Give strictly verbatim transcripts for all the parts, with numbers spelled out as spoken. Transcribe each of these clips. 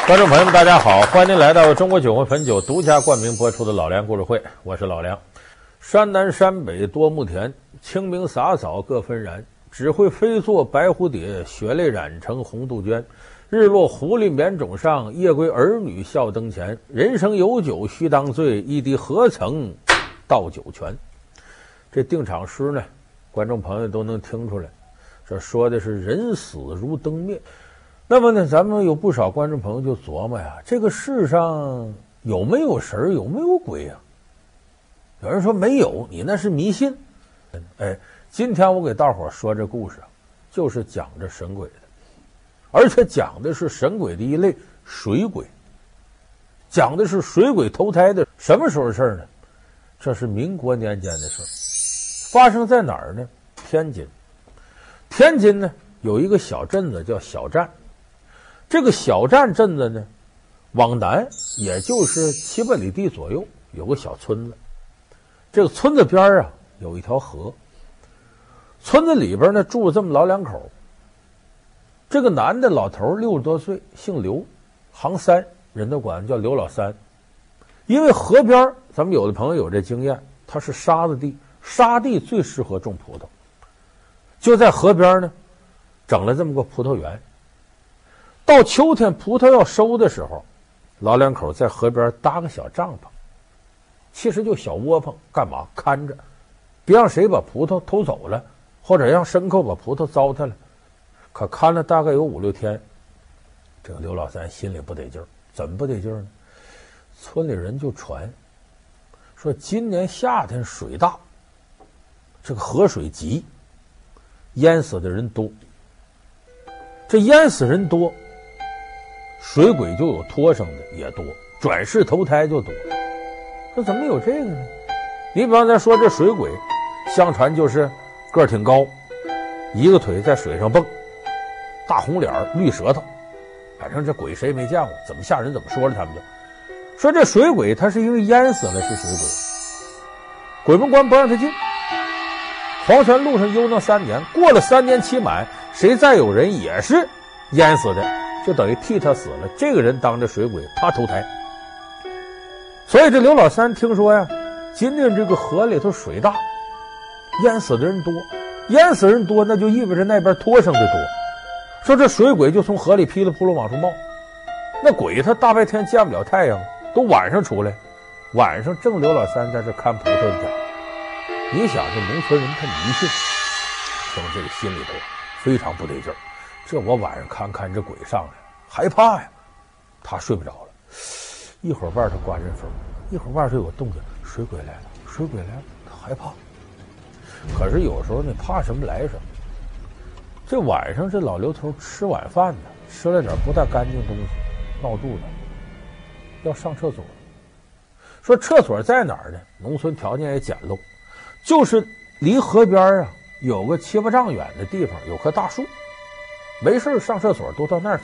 观众朋友们大家好，欢迎您来到中国酒魂汾酒独家冠名播出的老梁故事会，我是老梁。山南山北多牧田，清明洒扫各纷然，只会飞作白蝴蝶，血泪染成红杜鹃。日落狐狸冕冢上，夜归儿女笑灯前。人生有酒须当醉，一滴何曾倒酒泉。这定场诗呢，观众朋友都能听出来，这说的是人死如灯灭。那么呢，咱们有不少观众朋友就琢磨呀，这个世上有没有神，有没有鬼啊？有人说没有，你那是迷信。哎，今天我给大伙说这故事啊，就是讲着神鬼的，而且讲的是神鬼的一类水鬼，讲的是水鬼投胎的什么时候的事呢？这是民国年间的事，发生在哪儿呢？天津。天津呢有一个小镇子叫小站。这个小站镇子呢，往南也就是七八里地左右有个小村子。这个村子边啊有一条河，村子里边呢住这么老两口。这个男的老头六十多岁，姓刘，行三，人都管叫刘老三。因为河边咱们有的朋友有这经验，它是沙子地，沙地最适合种葡萄，就在河边呢整了这么个葡萄园。到秋天葡萄要收的时候，老两口在河边搭个小帐篷，其实就小窝棚，干嘛？看着别让谁把葡萄偷走了，或者让牲口把葡萄糟蹋了。可看了大概有五六天，这个刘老三心里不得劲儿。怎么不得劲儿呢？村里人就传说今年夏天水大，这个河水急，淹死的人多。这淹死人多，水鬼就有托生的也多，转世投胎就多。说怎么有这个呢？你比方咱说这水鬼，相传就是个儿挺高，一个腿在水上蹦，大红脸绿舌头，反正这鬼谁也没见过，怎么吓人怎么说了。他们就说这水鬼他是因为淹死了是水鬼，鬼门关不让他进，黄泉路上悠荡三年，过了三年期满，谁再有人也是淹死的，就等于替他死了，这个人当着水鬼他投胎。所以这刘老三听说呀，今年这个河里头水大，淹死的人多，淹死人多那就意味着那边托生的多，说这水鬼就从河里噼里扑噜往出冒。那鬼他大白天见不了太阳，都晚上出来，晚上正刘老三在这看葡萄的家。你想这农村人他迷信，听这个心里头非常不得劲儿，这我晚上看看这鬼上来害怕呀，他睡不着了。一会儿外头刮阵风，一会儿外头有个动静，水鬼来了，水鬼来了，他害怕。可是有时候你怕什么来什么。这晚上这老刘头吃晚饭呢，吃了点不大干净东西，闹肚子，要上厕所。说厕所在哪儿呢？农村条件也简陋，就是离河边啊有个七八丈远的地方有棵大树，没事上厕所都到那儿去。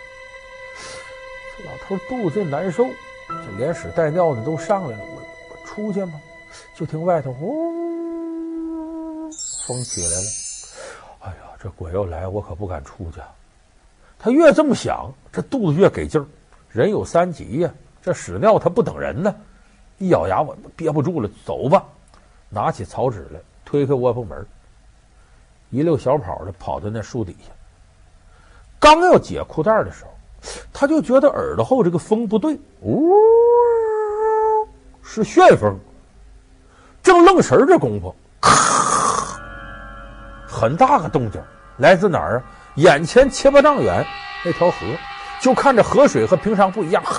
这老头肚子难受，这连屎带尿的都上来了，我我出去吗？就听外头呜风起来了。哎呀，这鬼要来我可不敢出去。他越这么想，这肚子越给劲儿。人有三急呀，这屎尿他不等人呢，一咬牙我憋不住了，走吧。拿起草纸来，推开窝棚门，一溜小跑的跑到那树底下。刚要解裤带的时候，他就觉得耳朵后这个风不对，呜，是旋风。正愣神这功夫，咔，很大个动静，来自哪儿啊？眼前七八丈远那条河，就看着河水和平常不一样，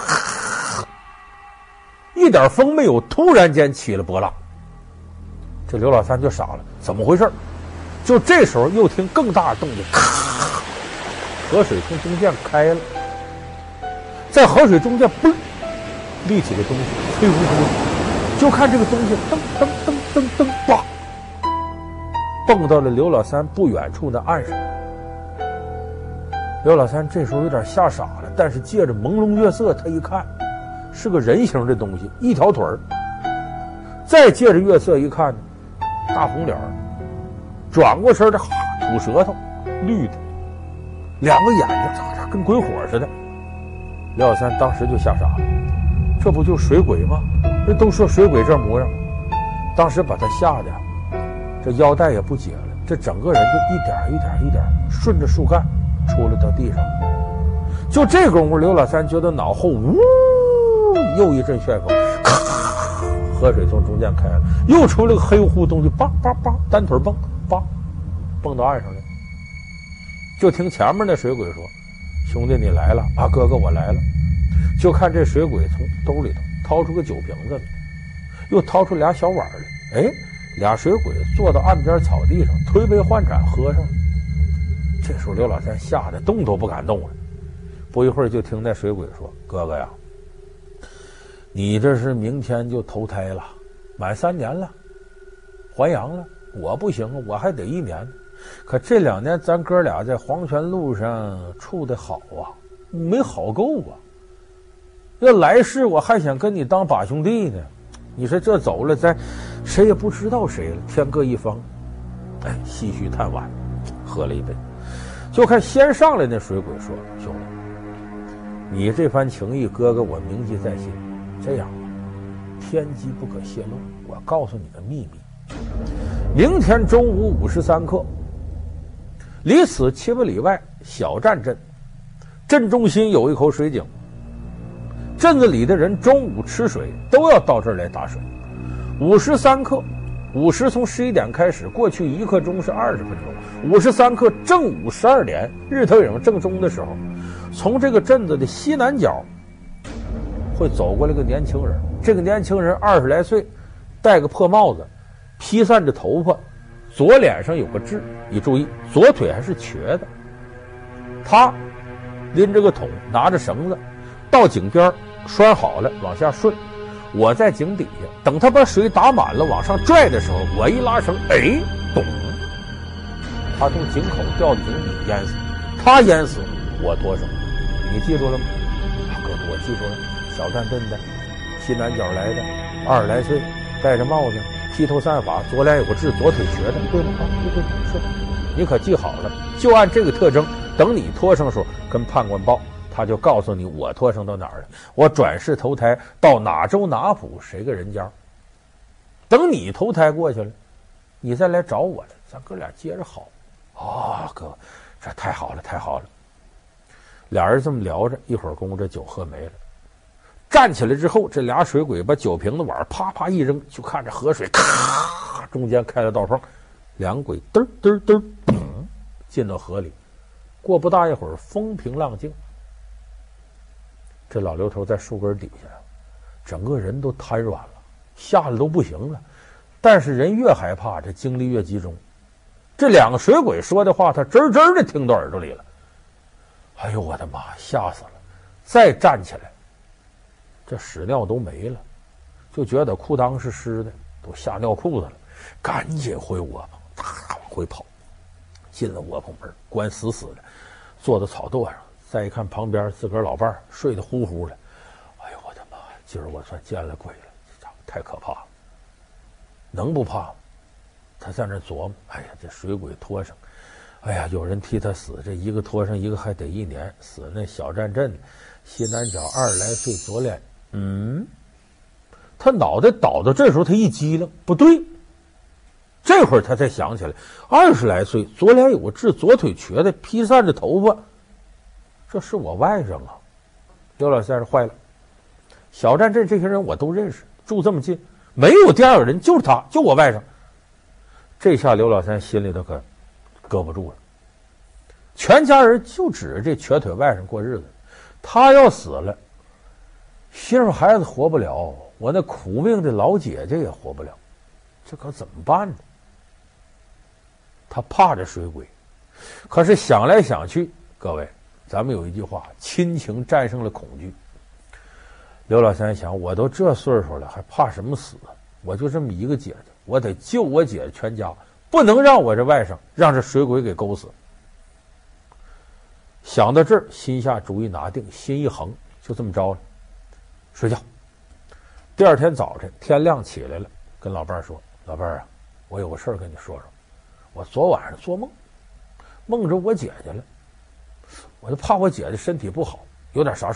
一点风没有，突然间起了波浪。这刘老三就傻了，怎么回事？就这时候又听更大的动静，咔，河水从中间开了，在河水中间嘣立起个东西，黑乎乎的，就看这个东西噔噔噔噔噔叭蹦到了刘老三不远处的岸上。刘老三这时候有点吓傻了，但是借着朦胧月色，他一看是个人形的东西，一条腿儿。再借着月色一看，大红脸儿，转过身的哈吐舌头，绿的，两个眼睛嚓嚓跟鬼火似的。 刘小三当时就吓傻了，这不就水鬼吗？人都说水鬼这模样，当时把他吓得这腰带也不解了，这整个人就一点一点一点顺着树干出了到地上。就这功夫，刘老三觉得脑后呜又一阵旋风，咔，河水从中间开了，又出了个黑乎乎东西，梆梆梆，单腿蹦，梆，蹦到岸上来。就听前面那水鬼说：“兄弟，你来了啊，哥哥我来了。”就看这水鬼从兜里头掏出个酒瓶子来，又掏出俩小碗来。哎，俩水鬼坐到岸边草地上，推杯换盏喝上了。这时候刘老三吓得动都不敢动了。不一会儿就听那水鬼说：“哥哥呀，你这是明天就投胎了，满三年了，还阳了。我不行啊，我还得一年。可这两年咱哥俩在黄泉路上处得好啊，没好够啊。要来世我还想跟你当把兄弟呢。你说这走了，咱谁也不知道谁了，天各一方。”哎，唏嘘叹惋，喝了一杯。就看先上来那水鬼说：“兄弟，你这番情谊，哥哥我铭记在心。这样吧，天机不可泄露，我告诉你个秘密。明天中午五时三刻，离此七八里外小站镇，镇中心有一口水井，镇子里的人中午吃水都要到这儿来打水。五时三刻，午时从十一点开始，过去一刻钟是二十分钟。五时三刻正午十二点，日头影正中的时候，从这个镇子的西南角会走过来个年轻人。这个年轻人二十来岁，戴个破帽子，披散着头发，左脸上有个痣，你注意，左腿还是瘸的。他拎着个桶，拿着绳子到井边拴好了，往下顺。我在井底下等他把水打满了往上拽的时候，我一拉绳，哎，咚，他从井口掉到井底淹死。他淹死，我脱生。你记住了吗？啊，哥哥，我记住了。小站镇的，西南角来的，二十来岁，戴着帽子，披头散发，左脸有个痣，左腿瘸的，对吗？啊，对对，是。你可记好了，就按这个特征，等你脱生的时候跟判官报，他就告诉你我脱生到哪儿了，我转世投胎到哪州哪府谁个人家。等你投胎过去了，你再来找我了，咱哥俩接着好。啊、哦，哥，这太好了，太好了。俩人这么聊着，一会儿功夫这酒喝没了。站起来之后，这俩水鬼把酒瓶子碗啪啪一扔，就看着河水咔，中间开了道缝，两鬼嘚嘚嘚，砰，进到河里。过不大一会儿，风平浪静。这老刘头在树根底下，整个人都瘫软了，吓得都不行了。但是人越害怕，这精力越集中。这两个水鬼说的话，他真真的听到耳朵里了。哎呦我的妈，吓死了！再站起来，这屎尿都没了，就觉得裤裆是湿的，都吓尿裤子了，赶紧回窝棚，哒往回跑，进了窝棚门，关死死的，坐到草垛上。再一看旁边自个儿老伴儿睡得呼呼的，哎呦我的妈！今儿我算见了鬼了，这太可怕了，能不怕吗？他在那琢磨，哎呀，这水鬼拖上，哎呀，有人替他死，这一个拖上，一个还得一年，死那小站镇西南角二十来岁，左脸，嗯，他脑袋倒到这时候，他一激灵，不对，这会儿他才想起来，二十来岁，左脸有个痣，左腿瘸的，披散着头发。这是我外甥啊！刘老三是坏了，小站镇这些人我都认识，住这么近，没有第二个人，就是他，就我外甥。这下刘老三心里头可搁不住了，全家人就指着这瘸腿外甥过日子。他要死了，媳妇孩子活不了，我那苦命的老姐姐也活不了，这可怎么办呢？他怕这水鬼，可是想来想去，各位。咱们有一句话，亲情战胜了恐惧。刘老三想，我都这岁数了，还怕什么死？我就这么一个姐姐，我得救我姐姐全家，不能让我这外甥让这水鬼给勾死。想到这儿，心下主意拿定，心一横，就这么着了，睡觉。第二天早晨天亮起来了，跟老伴儿说：“老伴儿啊，我有个事儿跟你说说。我昨晚上做梦，梦着我姐姐了。我就怕我姐姐身体不好，有点啥事儿，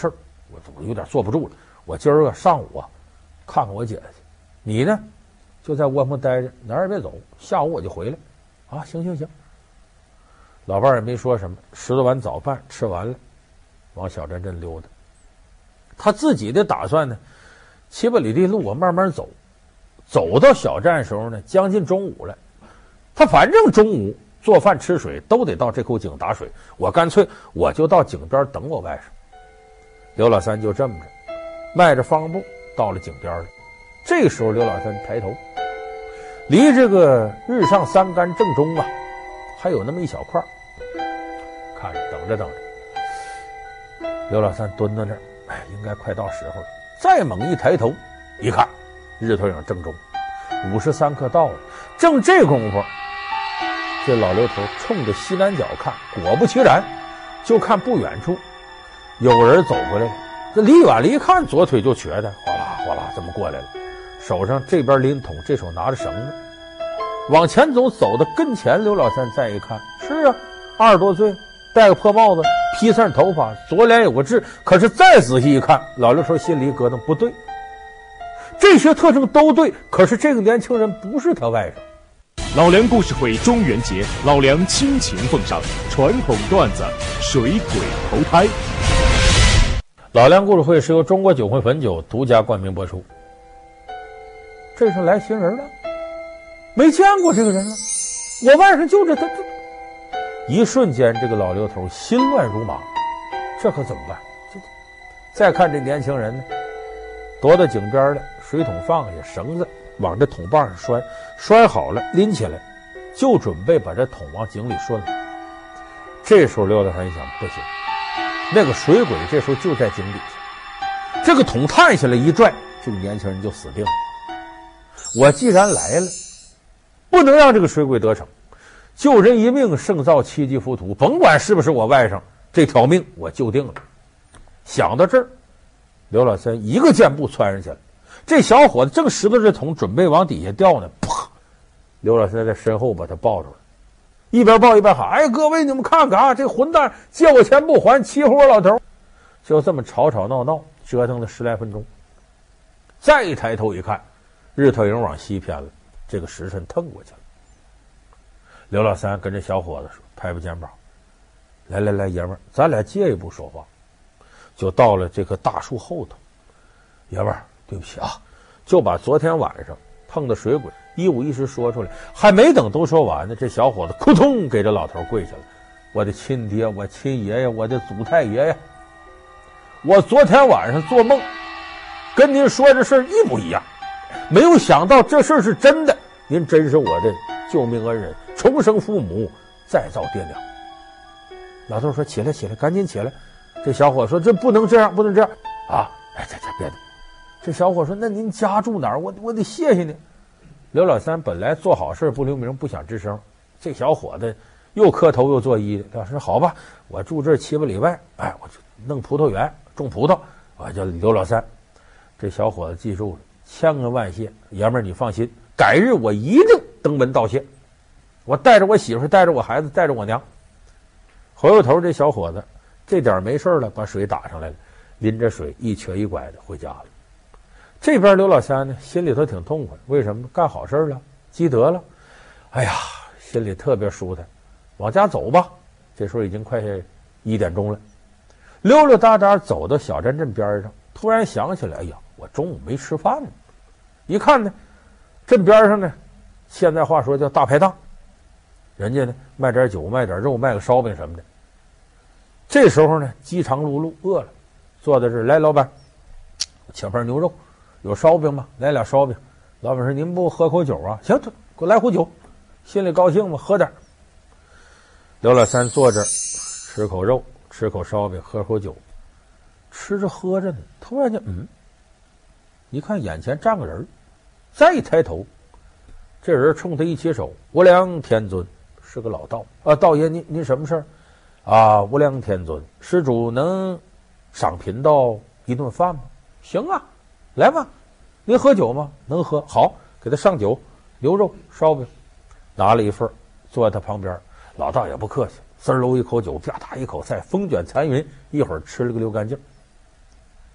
我我有点坐不住了，我今儿个上午啊看看我姐姐去，你呢就在窝棚待着，哪儿也别走，下午我就回来。啊，行行行。老伴儿也没说什么，吃了碗早饭，吃完了，往小镇镇溜达。他自己的打算呢，七八里地路我慢慢走，走到小站的时候呢，将近中午了。他反正中午做饭吃水都得到这口井打水，我干脆我就到井边等我外甥。刘老三就这么着，迈着方步到了井边了。这个时候，刘老三抬头，离这个日上三竿正中啊，还有那么一小块，看着等着等着。刘老三蹲在那儿，哎，应该快到时候了。再猛一抬头，一看，日头影正中，五时三刻到了。正这功夫，这老刘头冲着西南角看，果不其然，就看不远处有人走过来了。这离远了一看，左腿就瘸的，哗啦哗啦这么过来了，手上这边拎桶，这手拿着绳子，往前走，走到跟前。刘老三再一看，是啊，二十多岁，戴个破帽子，披散头发，左脸有个痣。可是再仔细一看，老刘头心里咯噔，不对，这些特征都对，可是这个年轻人不是他外甥。 老梁故事会中元节，老梁倾情奉上传统段子《水鬼投胎》。 老梁故事会是由中国酒会汾酒独家冠名播出。这是来新人了，没见过这个人了，我外甥就这他这。一瞬间，这个老刘头心乱如麻，这可怎么办？这再看这年轻人呢，躲到井边了，水桶放下，绳子往这桶把上拴，拴好了，拎起来，就准备把这桶往井里顺了。这时候刘老三想，不行，那个水鬼这时候就在井底下，这个桶探下来一拽，这个年轻人就死定了。我既然来了，不能让这个水鬼得逞，救人一命胜造七级浮屠，甭管是不是我外甥，这条命我就定了。想到这儿，刘老三一个箭步窜上去了。这小伙子正拾掇这桶准备往底下掉呢，啪！刘老三在身后把他抱住了，一边抱一边喊：“哎，各位你们看看啊，这混蛋借我钱不还，欺负我老头！”就这么吵吵闹闹折腾了十来分钟。再一抬头一看，日头影往西偏了，这个时辰腾过去了。刘老三跟这小伙子说，拍拍肩膀：“来来来，爷们儿，咱俩借一步说话。”就到了这棵大树后头。爷们儿，对不起啊，就把昨天晚上碰的水鬼一五一十说出来。还没等都说完呢，这小伙子扑通给这老头跪下了：“我的亲爹，我亲爷爷，我的祖太爷呀！我昨天晚上做梦，跟您说这事儿一模一样，没有想到这事儿是真的。您真是我的救命恩人，重生父母，再造爹娘。”老头说：“起来，起来，赶紧起来！”这小伙说：“这不能这样，不能这样啊！哎，这这别的。”这小伙说：“那您家住哪儿？我我得谢谢您。”刘老三本来做好事不留名，不想吱声。这小伙子又磕头又作揖的。老师，好吧，我住这七八里外，哎，我就弄葡萄园，种葡萄，我叫刘老三。这小伙子记住了，千恩万谢，爷们儿你放心，改日我一定登门道谢。我带着我媳妇，带着我孩子，带着我娘。回过头，这小伙子这点没事了，把水打上来了，拎着水一瘸一拐的回家了。这边刘老三呢，心里头挺痛快，为什么？干好事了，积德了，哎呀，心里特别舒坦。往家走吧，这时候已经快一点钟了，溜溜达达走到小站镇边上，突然想起来，哎呀，我中午没吃饭呢。一看呢，镇边上呢，现在话说叫大排档，人家呢卖点酒，卖点肉，卖个烧饼什么的。这时候呢，饥肠辘辘，饿了，坐在这儿，来，老板，切盘牛肉。有烧饼吗？来俩烧饼。老板说：“您不喝口酒啊？”行，给我来壶酒。心里高兴嘛，喝点。刘老三坐这儿，吃口肉，吃口烧饼，喝口酒。吃着喝着呢，突然间，嗯，一看眼前站个人，再一抬头，这人冲他一起手：“无量天尊，是个老道啊，道爷，您您什么事儿？啊，无量天尊，施主能赏贫道一顿饭吗？行啊。”来吧，您喝酒吗？能喝，好，给他上酒，牛肉烧饼，拿了一份，坐在他旁边。老道也不客气，滋喽一口酒，啪嗒一口菜，风卷残云，一会儿吃了个溜干净。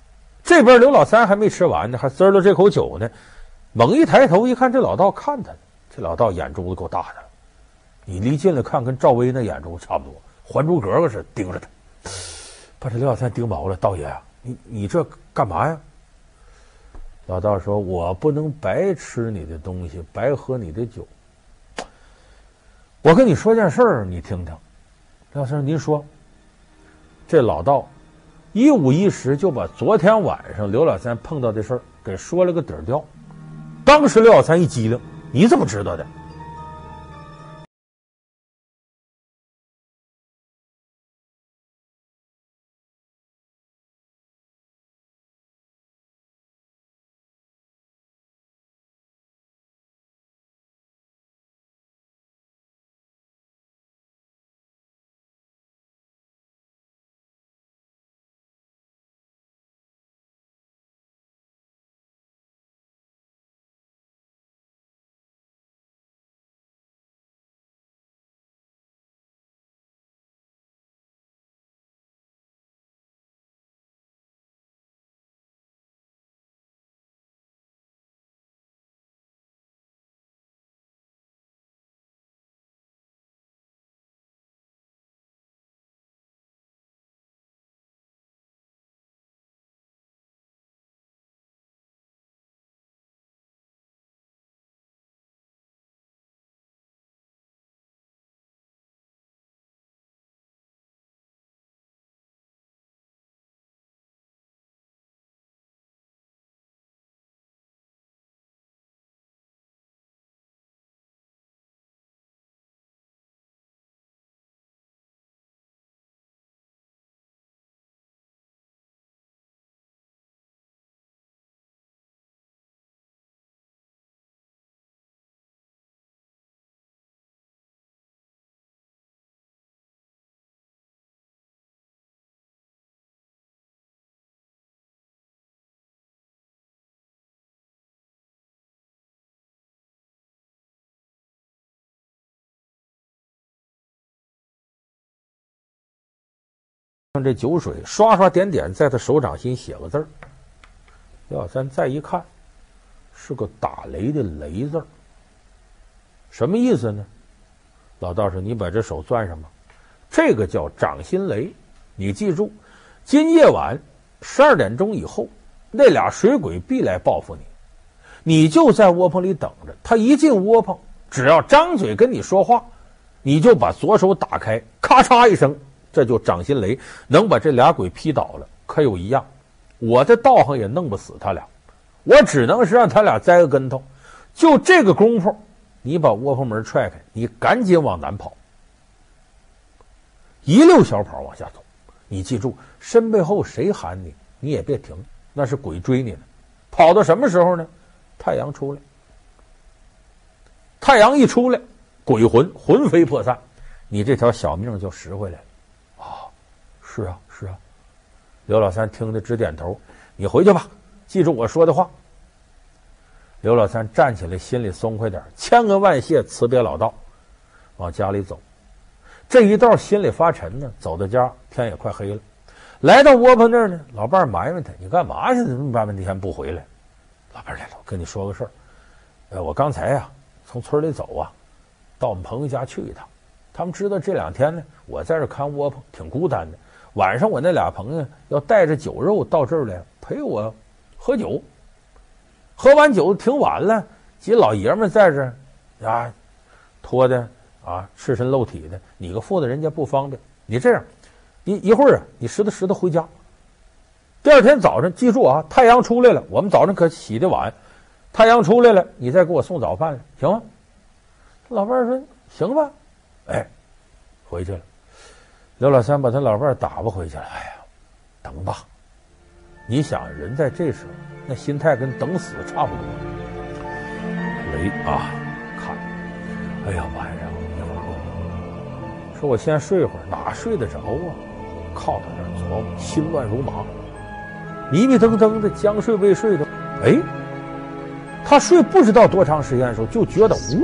这边刘老三还没吃完呢，还滋了这口酒呢，猛一抬头一看，这老道看他，这老道眼珠子够大的，你离近了看，跟赵薇那眼珠差不多，还珠格格似的盯着他，把这刘老三盯毛了。道爷啊，你你这干嘛呀？老道说：“我不能白吃你的东西，白喝你的酒。我跟你说件事儿，你听听。”刘老三，您说。这老道一五一十就把昨天晚上刘老三碰到的事儿给说了个底儿掉。当时刘老三一激灵：“你怎么知道的？”让这酒水刷刷点点在他手掌心写个字儿。刘老三再一看，是个打雷的雷字儿。什么意思呢？老道士，你把这手攥上吧，这个叫掌心雷。你记住，今夜晚十二点钟以后，那俩水鬼必来报复你，你就在窝棚里等着。他一进窝棚，只要张嘴跟你说话，你就把左手打开，咔嚓一声。这就掌心雷，能把这俩鬼劈倒了。可有一样，我的道行也弄不死他俩，我只能是让他俩栽个跟头。就这个功夫，你把窝棚门踹开，你赶紧往南跑，一溜小跑往下走。你记住，身背后谁喊你，你也别停，那是鬼追你呢。跑到什么时候呢？太阳出来，太阳一出来，鬼魂魂飞魄散，你这条小命就拾回来了。是啊，是啊，刘老三听得直点头。你回去吧，记住我说的话。刘老三站起来，心里松快点，千恩万谢，辞别老道，往家里走。这一道心里发沉呢，走到家，天也快黑了。来到窝棚那儿呢，老伴埋怨他：“你干嘛去？这么半天不回来？”老伴来了，我跟你说个事儿。呃，我刚才呀、啊、从村里走啊，到我们朋友家去一趟。他们知道这两天呢，我在这看窝棚，挺孤单的。晚上我那俩朋友要带着酒肉到这儿来陪我喝酒，喝完酒挺晚了，几老爷们在这儿啊，脱的啊赤身露体的，你个妇的人家不方便。你这样，一一会儿啊，你拾掇拾掇回家。第二天早上记住啊，太阳出来了，我们早上可起得晚，太阳出来了，你再给我送早饭来，行吗？老伴说行吧，哎，回去了。刘老三把他老伴儿打发回去了。哎呀，等吧！你想，人在这时候，那心态跟等死差不多。雷啊，看，哎呀，晚上一会儿过，说我先睡会儿，哪睡得着啊？靠在那儿琢磨，心乱如麻，迷迷瞪瞪的，将睡未睡的。哎，他睡不知道多长时间的时候，就觉得呜。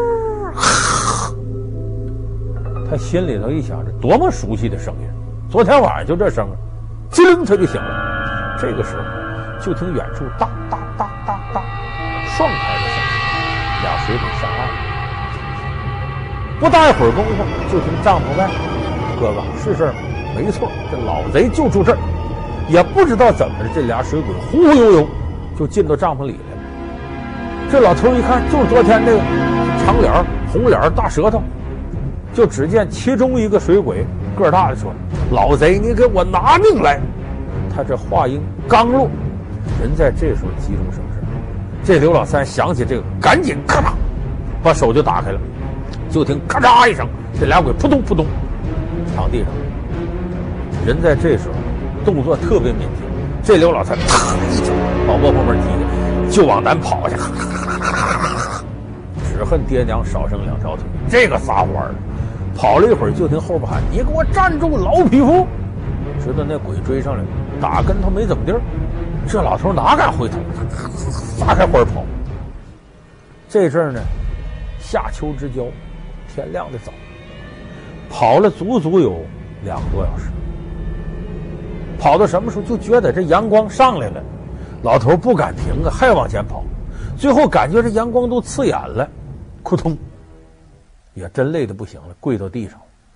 他心里头一想，这多么熟悉的声音！昨天晚上就这声，机灵他就醒了。这个时候， 就听远处当当当当当，双拍的声音，俩水鬼上岸了。不大一会儿功夫，就听帐篷外，哥哥是这儿吗？没错，这老贼就住这儿。也不知道怎么的，这俩水鬼忽忽悠悠就进到帐篷里来了。这老头一看，就是昨天那个长脸红脸大舌头。就只见其中一个水鬼个儿大的说：“老贼，你给我拿命来！”他这话音刚落，人在这时候急中生智，这刘老三想起这个，赶紧咔嚓把手就打开了，就听咔嚓一声，这俩鬼扑通扑通躺地上。人在这时候动作特别敏捷，这刘老三啪一脚把窝棚门踢开，就往南跑去，只恨爹娘少生两条腿，这个撒欢了。跑了一会儿，就听后边喊：“你给我站住，老匹夫！”知道那鬼追上来，打跟头没怎么地儿。这老头哪敢回头，撒开花跑。这阵儿呢，夏秋之交，天亮的早，跑了足足有两个多小时。跑到什么时候，就觉得这阳光上来了，老头不敢停啊，还往前跑。最后感觉这阳光都刺眼了，扑通。也真累得不行了，跪到地上，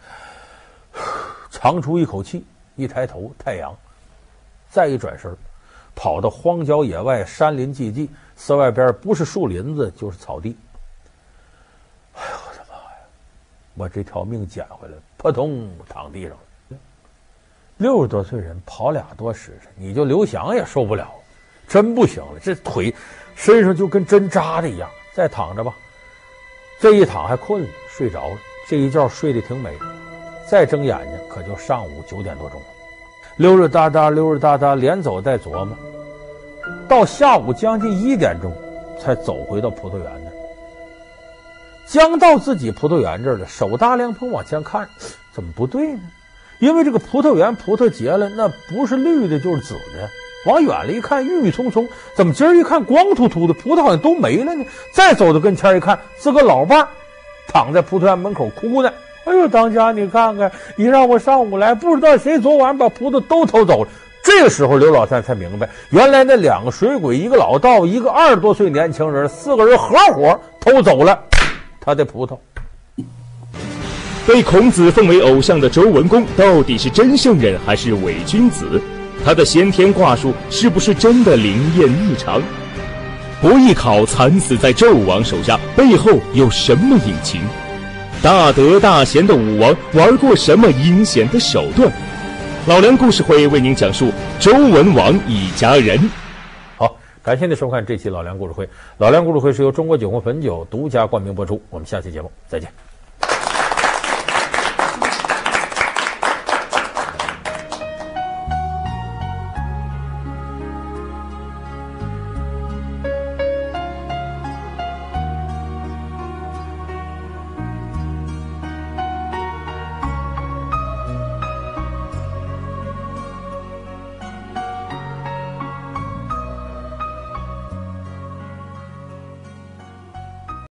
长出一口气，一抬头，太阳，再一转身，跑到荒郊野外，山林寂寂，寺外边不是树林子就是草地。哎呦我的妈呀！我这条命捡回来了，扑通躺地上了。六十多岁人跑俩多时辰，你就刘翔也受不了，真不行了，这腿身上就跟针扎的一样。再躺着吧，这一躺还困了。睡着了，这一觉睡得挺美。再睁眼睛，可就上午九点多钟了。溜溜达达，溜溜达达，连走带琢磨，到下午将近一点钟，才走回到葡萄园那儿。将到自己葡萄园这儿了，手搭凉棚往前看，怎么不对呢？因为这个葡萄园葡萄结了，那不是绿的就是紫的。往远了一看，郁郁葱葱，怎么今儿一看光秃秃的，葡萄好像都没了呢？再走到跟前一看，是个老伴儿。躺在葡萄园门口哭呢，哎呦，当家你看看，你让我上午来，不知道谁昨晚把葡萄都偷走了。这个时候刘老三才明白，原来那两个水鬼，一个老道，一个二十多岁年轻人，四个人合伙偷走了他的葡萄。 被孔子奉为偶像的周文公到底是真圣人还是伪君子？他的先天卦术是不是真的灵验异常？伯邑考惨死在纣王手下，背后有什么隐情？大德大贤的武王玩过什么阴险的手段？老梁故事会为您讲述周文王一家人。 好，感谢您收看这期老梁故事会。老梁故事会是由中国酒红汾酒独家冠名播出，我们下期节目再见。